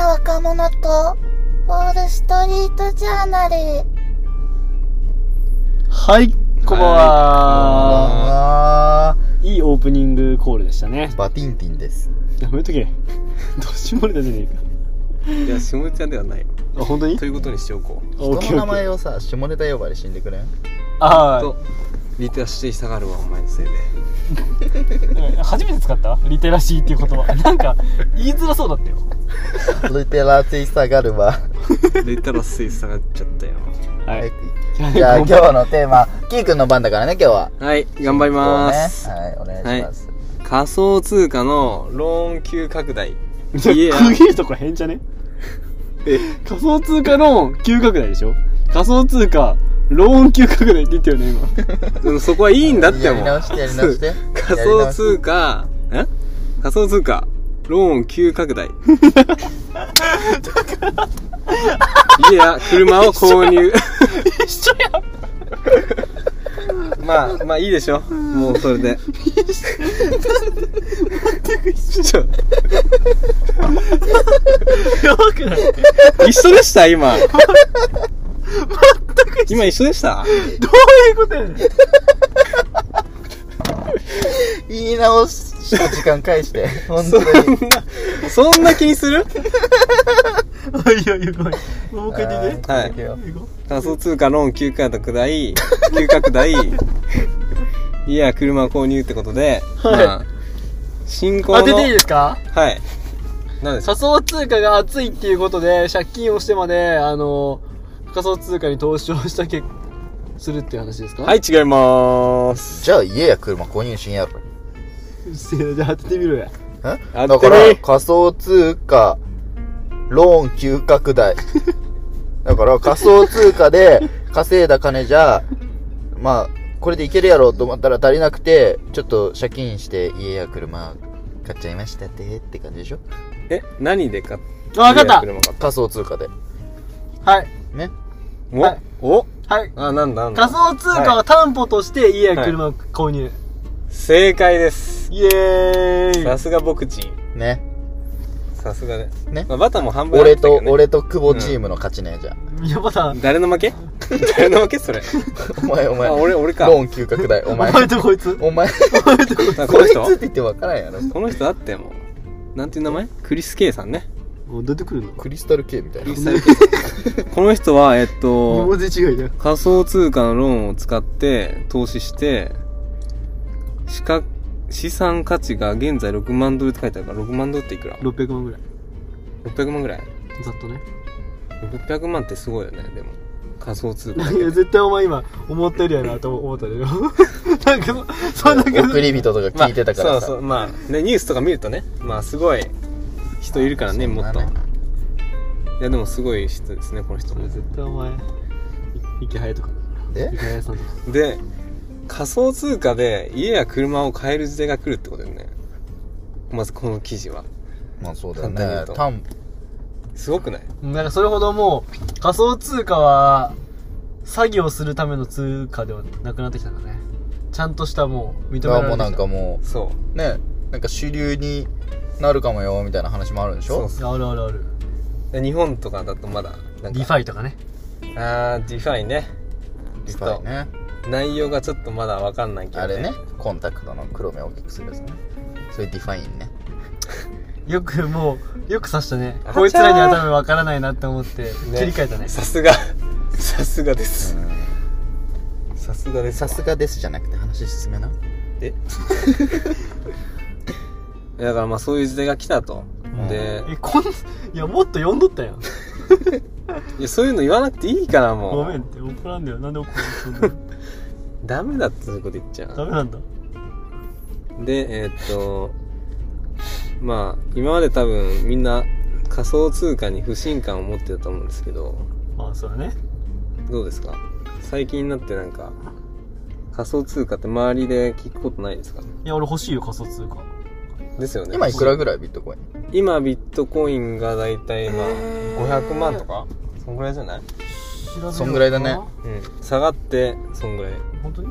若者とウォールストリートジャーナル。 はい、こんばんは。いいオープニングコールでしたね。 バティンティンです。 やめとけ。どうしもれたじゃねえか。 いや、下ネタではない。 あ、本当に？ ということにしておこう。 人の名前をさ、下ネタ呼ばれ死んでくれん？ ああ。リテラシー下がるわ、お前のせいで。 初めて使ったリテラシーっていう言葉。なんか言いづらそうだったよ。 リテラシー下がるわ。 リテラシー下がっちゃったよ。 はい。じゃあ今日のテーマ、キーくんの番だからね、今日は。 はい、頑張ります。 はい、お願いします。 仮想通貨のローン急拡大。 区切るとこ変じゃね？仮想通貨ローン急拡大でしょ？仮想通貨ローン急拡大って言ったよね今。 でもそこはいいんだってもう。 やり直して。 仮想通貨ローン急拡大。家や車を購入。 一緒やん。 まあいいでしょ。もうそれで。 全く一緒。 やばくない？一緒でした今。今一緒でした？ どういうことやねん。 言い直した時間返して。本当に。 そんな気にする？ いや、ごめん。もう一回言ってね。 はい。仮想通貨ローン急拡大。家や車を購入ってことで、 はい。 新興の。 当てていいですか？ はい。何ですか？ 仮想通貨が熱いっていうことで、借金をしてまで、仮想通貨に投資をしたするっていう話ですか？ はい、違いまーす。 じゃあ家や車購入しんやろ。 じゃあ当ててみろや。 だから仮想通貨ローン急拡大。だから仮想通貨で稼いだ金じゃ、まあ、これでいけるやろうと思ったら足りなくて、ちょっと借金して家や車買っちゃいましたって感じでしょ？ 何で買っわかった。 仮想通貨で。 はい。 ね。 はい。 おはい。 なんだ仮想通貨を担保として家や車を購入。 正解です。 イエーイ。 さすが僕チーム。 ね。 さすがね。 ね。 まあ、バタも半分俺と久保チームの勝ちね、じゃあ。 いや、バタ。 誰の負け？誰の負けそれ。 お前。 俺か。 ローン急拡大。お前とこいつ。 お前とこいつ。こいつって言って分からんやろ。 この人だってもう。なんていう名前？クリス・ケイさんね。 出てくるの？ クリスタル K みたいな。 この人は、 文字違いだよ。 仮想通貨のローンを使って投資して、資産価値が現在6万ドルって書いてあるから、6万ドルっていくら？ 600万ぐらい。 600万ぐらい？ ざっとね。 600万ってすごいよね、でも。仮想通貨。 いや、絶対お前今、思ってるやなと思ったでしょ。なんかそんな感じ。 送り人とか聞いてたからさ。 そう、まあ、ね、ニュースとか見るとね、まあ、すごい人いるからね、もっと。いや、でもすごい人ですね、この人も。 絶対お前、息早いとか。 で息早さんとか。 で、仮想通貨で家や車を買える時代が来るってことだよね。まずこの記事は。 まあそうだよね。 すごくない？ なんかそれほどもう仮想通貨は詐欺をするための通貨ではなくなってきたんだね。ちゃんとしたもう認められてきた。 もうなんかもうそうね、なんか主流になるかもよみたいな話もあるんでしょ？ そうある。 日本とかだとまだなんかディファイとかね。 ディファイね。 ディファイね。 内容がちょっとまだわかんないけど、ね、 あれね、コンタクトの黒目を大きくするやつね。それディファインね。 よく刺したね。こいつらには多分わからないなって思って切り替えたね。 さすがです。さすがです。 さすがですじゃなくて話進めな。 だからまあそういう時代が来たと。で、 いやもっと読んどったやん。 いやそういうの言わなくていいからもう。 ごめんって怒らんだよ。なんで怒るの？ ダメだってそういうこと言っちゃう。 ダメなんだ。 で、まあ今まで多分みんな仮想通貨に不信感を持ってたと思うんですけど。 まあそうだね。 どうですか？最近になってなんか仮想通貨って周りで聞くことないですか？ いや俺欲しいよ仮想通貨。 ですよね。 今いくらぐらいビットコイン？ 今ビットコインがだいたいまあ500万とかそんぐらいじゃない？ そんぐらいだね。 うん。下がってそんぐらい。 本当に？ うん。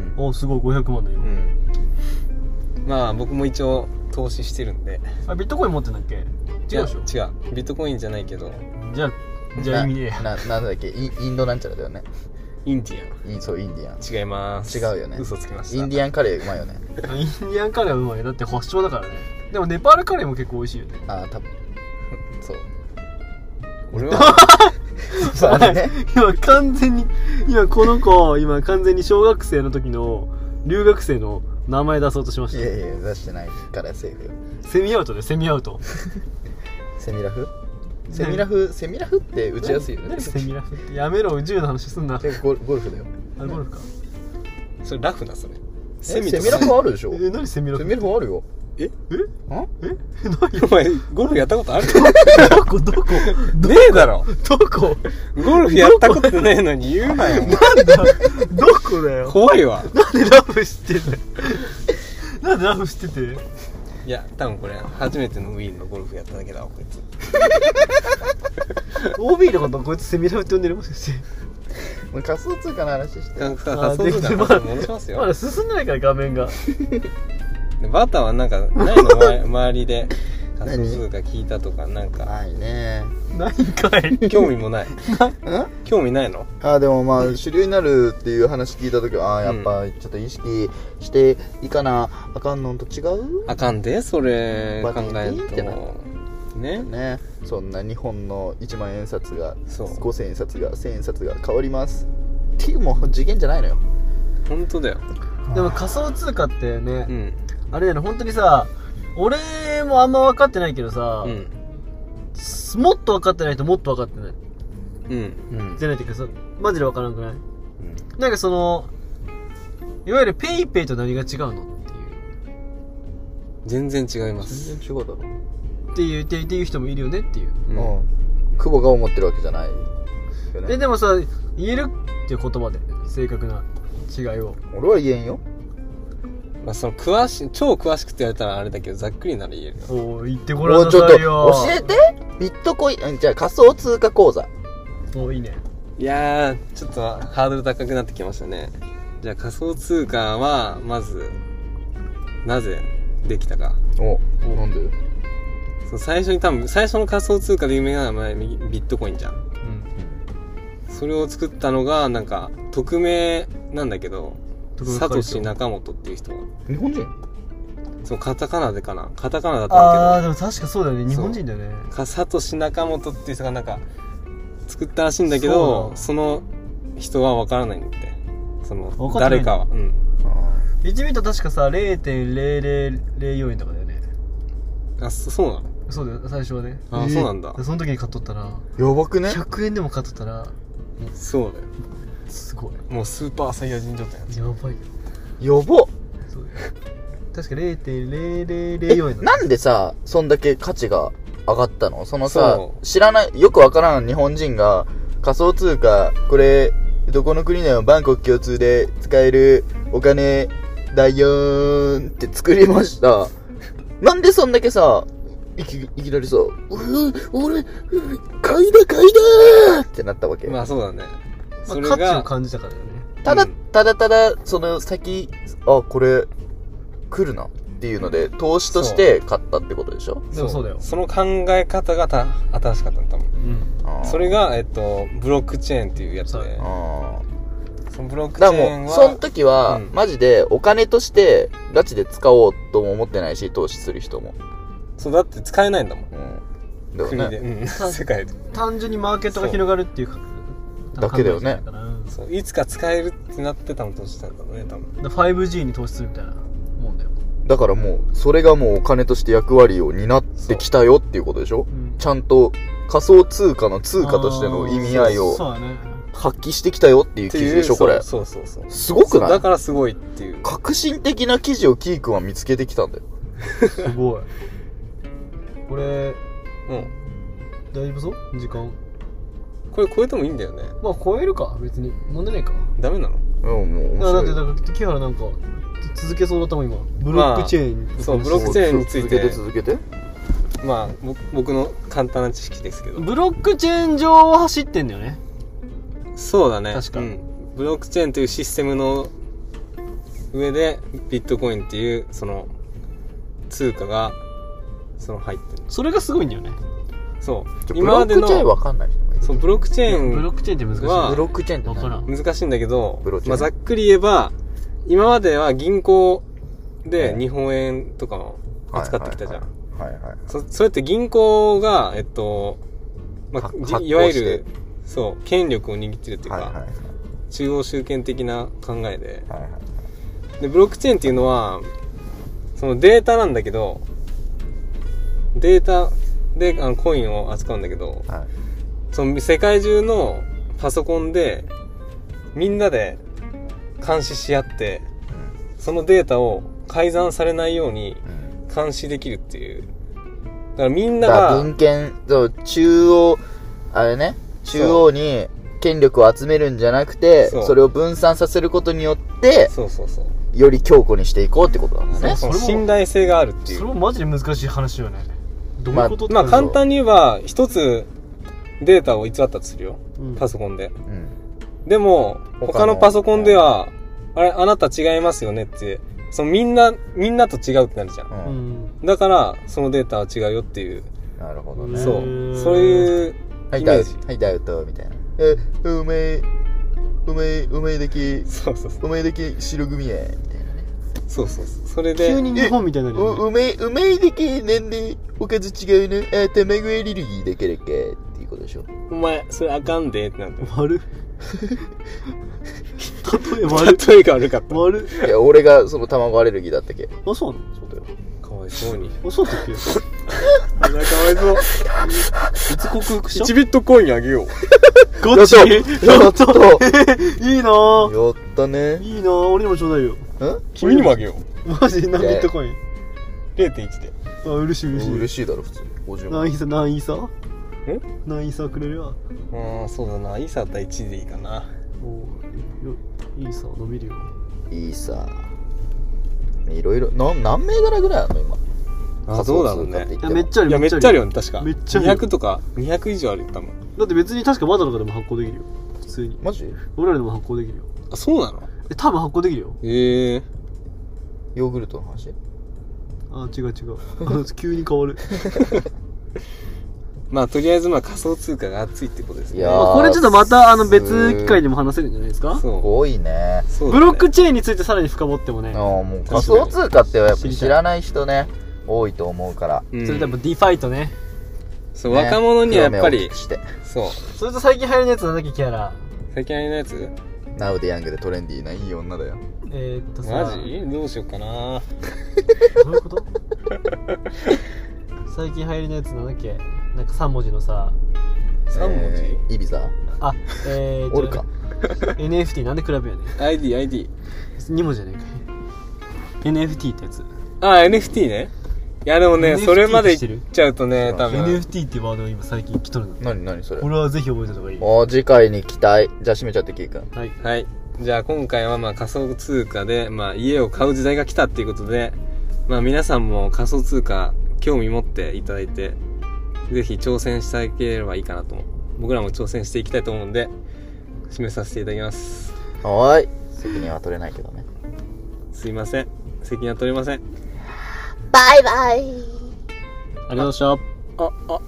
おすごい500万だよ。 うん。まあ僕も一応投資してるんで。 ビットコイン持ってんだっけ？ 違うでしょ。 違う。ビットコインじゃないけど、 じゃあ意味ねえ。 なんだっけ、インドなんちゃらだよね。 インディそう、インディアン。 アン。違います。 違うよね。 嘘つきました。 インディアンカレーうまいよね。 インディアンカレーはうまい。だって発祥だからね。でもネパールカレーも結構美味しいよね。 ああ、多分。そう。 俺は、 そうあれね。 今完全に今完全に小学生の時の留学生の名前出そうとしました。 いやいや、出してないからセーフよ。 セミアウトでセミアウト。 セミラフって打ちやすいよね。 何セミラフってやめろ、銃の話すんな。 ゴルフだよ。 あれゴルフか。 それラフな、それ。 セミラフあるでしょ。 何セミラフ。 セミラフあるよ。 え何お前、ゴルフやったことあるどこねえだろ。 どこゴルフやったことねえのに言うなよ。 なんだどこだよ。 怖いわ。 なんでラフしてんだよ。なんでラフしてて。 いや、多分これ、初めてのウィーンのゴルフやっただけだわ、こいつ。 OB のことこいつセミラフって呼んでるもしかして。 もう仮想通貨の話して。 そうそうできてだ。戻しますよ。 まだ進んでないから画面が。 バターはなんか、ないの周りで。仮想通貨聞いたとか、なんか。 ないね。 ないんかい。 興味もない。興味ないの？ でもまあ主流になるっていう話聞いた時はやっぱちょっと意識していかなあかんのと違うあかんで、それ考えるってなと。ね。 そんな日本の1万円札がそう 5000円札が1000円札が変わりますっていうもう次元じゃないのよ。 本当だよ。 でも仮想通貨ってね、 うん。 あれだよね、本当にさ、俺もあんま分かってないけどさ、 うん。 もっと分かってないともっと分かってない。 うん。 じゃないっていうかさ、マジで分からんくない？なんかその、いわゆるペイペイと何が違うのっていう。 全然違います。 全然違うだろ。 っていう人もいるよねっていう。 久保が思ってるわけじゃないよね。 でもさ、言えるっていう言葉で正確な違いを。 俺は言えんよ。 まあ、その超詳しくって言われたらあれだけど、ざっくりなら言えるよ。 おー、言ってごらんなちょっとさいよ。 教えて。ビットコイン、じゃあ仮想通貨口座。 おー、いいね。 いやー、ちょっとハードル高くなってきましたね。じゃあ仮想通貨は、まず、なぜできたか。 なんで？ そう最初の仮想通貨で有名なのはビットコインじゃん。それを作ったのが、なんか、匿名なんだけど、サトシ・ナカモトっていう人が。 日本人？ そう、カタカナだったんだでも確かそうだよね。日本人だよね。 けど、サトシ・ナカモトっていう人がなんか、作ったらしいんだけど、その人は分からないんだって。誰かは。 1ビット確かさ、0.0004 円とかだよね。 あ、そうなの？ そうだよ、最初はね。 あ、そうなんだ。 その時に買っとったら、 やばくね 100円でも買っとったら、 そうだよ。 すごい。 もうスーパーサイヤ人状態なんですよ。 やばいよ。 やば。 そうだよ。確か 0.0004 円なんでさ、そんだけ価値が上がったの？そのさそ、 知らない、よくわからん日本人が仮想通貨、これ、どこの国でもバンコク共通で使えるお金だよーんって作りました。なんでそんだけさ、いきなりさ、俺、買いだってなったわけ。 まあそうだね。それ価値をが、 感じたからだよね。 ただ、その先、これ、来るなっていうので、投資として買ったってことでしょ？ でもそうだよ。 その考え方が新しかったの、多分。それが、ブロックチェーンっていうやつで。そのブロックチェだからーンは、 もう、その時は、 うんマジでお金としてガチで使おうとも思ってないし、投資する人も。 そう、だって使えないんだもん。 だよ国で。 ね。 世界で。 単純にマーケットが広がるっていうかだけだよね。 そう、いつか使えるってなって多分投資したんだろうね、多分。 5G に投資するみたいなもんだよ。 だからもう、それがもうお金として役割を担ってきたよっていうことでしょ？ちゃんと仮想通貨の通貨としての意味合いをそうだね。 発揮してきたよっていう記事でしょ、これ。 そう。 すごくない？ だからすごいっていう。 革新的な記事をキー君は見つけてきたんだよ。 すごい。これ、 うん。 大丈夫そう？時間。 これ超えてもいいんだよね。 まあ超えるか、別に。問題ないか。 ダメなの？ もう面だって、 白い。 木原なんか、続けそうだったもん、今。ブロックチェーン。 そう、ブロックチェーンについて、 続けて。 まあ、僕の簡単な知識ですけど。 ブロックチェーン上を走ってんだよね。 そうだね。 確かブロックチェーンというシステムの上で、ビットコインっていう、その、通貨がその入ってる。 それがすごいんだよね。 そうブロックチェーンわかんない人もいる。 そうブロックチェーンブロックチェーンって難しい。 はブロックチェーンってわからん。 難しいんだけどブロックチェーンまあ、ざっくり言えば今までは銀行で日本円とかを扱ってきたじゃん。 はいはい。 それって銀行がまあ、 発行いわゆしてるそう権力を握ってるっていうか、 はいはいはい。 中央集権的な考えで、 はいはい。 でブロックチェーンっていうのはそのデータなんだけど、データでコインを扱うんだけど、 はい。 その世界中のパソコンでみんなで監視し合ってそのデータを改ざんされないように監視できるっていう。だからみんなだからが文献、そう中央、あれね、中央に権力を集めるんじゃなくて、 そうそれを分散させることによって、 そうそうそうより強固にしていこうってことなんだね。 そのそれも信頼性があるっていう。 それもマジで難しい話よね。どういうことってまあ簡単に言えば一つデータを偽ったとするよ、 うんパソコンで。 うん。 でも他のパソコンでは、あれあなた違いますよねってそのみんなと違うってなるじゃん。 う。 うんん。 だからそのデータは違うよっていう、 なるほどね。 そうへーそういうはい、ダウト。 イメージ。 はい、ダウト、みたいな。お前だけ、 そうそうそうお前だけ白組や、みたいなね。 そうそうそう。それで急に日本みたいになるよね。 お前だけなんでおかず違うの卵アレルギーだからかっていうことでしょ。 お前それあかんでってなって悪っ。例え悪っ。 例えが悪かった。 悪っ。 いや、俺がその卵アレルギーだったっけ。 あ、そうなの？ そうだよ。 かわいそうに。 あ、そうだっけ？いかわいそう。 つ克服した？ 1ビットコインあげよう。 ガチ？ やったやったいいなぁ。 やったね。 いいなぁ。俺にもちょうだいよ。 君にもあげよう。 マジ何ビットコイン？ 0.1 で。 あ、嬉しい嬉しい。 嬉しいだろ、普通に。50万。 何イーサ何イーサくれるわ。 ああ、そうだな。イーサだったら1でいいかな。 イーサ伸びるよ。 いいさ。いろいろ、何銘柄ぐらいあるの今。 あ、どうだろうね。 いや、めっちゃあるいや、めっちゃあるよね、確か。 めっちゃあるよ 200とか、200以上あるよ、多分。 だって別に確かまだとかでも発行できるよ。普通に。 マジ俺らでも発行できるよ。 あ、そうなの？ 多分発行できるよ。 ええ。 ヨーグルトの話あ、違う。急に変わる。 まあ、とりあえず、まあ、仮想通貨が熱いってことですね。 いやーまあこれちょっとまた別機会でも話せるんじゃないですか？ すそう。 ごいね。 そうだねブロックチェーンについてさらに深掘ってもね。 もう仮想通貨ってやっぱ知らない人ね、多いと思うから。 うんそれでもディファイトね。 そう、 ね若者にはやっぱり興味を大きく、して。 そう。 それと最近流行りのやつなんだっけ、キャラ。 最近あれのやつナウでヤングでトレンディーないい女だよ。 さ。 マジどうしようかな。 どういうこと最近流行りのやつなんだっけ、なんか3文字のさ、 3文字、 イビザあ、 おるか。 NFT なんで比べやねん。 ID。 2文字じゃねえかい。NFT ってやつ。 あ、NFT ね。いや、でもね、 NFT それまで知ってる言っちゃうとね、多分。 NFT ってワードが今最近来とるの。 何それ。 これはぜひ覚えておいた方がいい。 次回に期待。じゃあ閉めちゃってキーくん。 はい。 はい。じゃあ今回はまあ仮想通貨で、まあ家を買う時代が来たっていうことで、まあ皆さんも仮想通貨興味持っていただいて、ぜひ挑戦していただければいいかなと。僕らも挑戦していきたいと思うんで、締めさせていただきます。 はーい。責任は取れないけどね。 すいません。責任は取れません。 バイバイ。 ありがとうございました。 あ、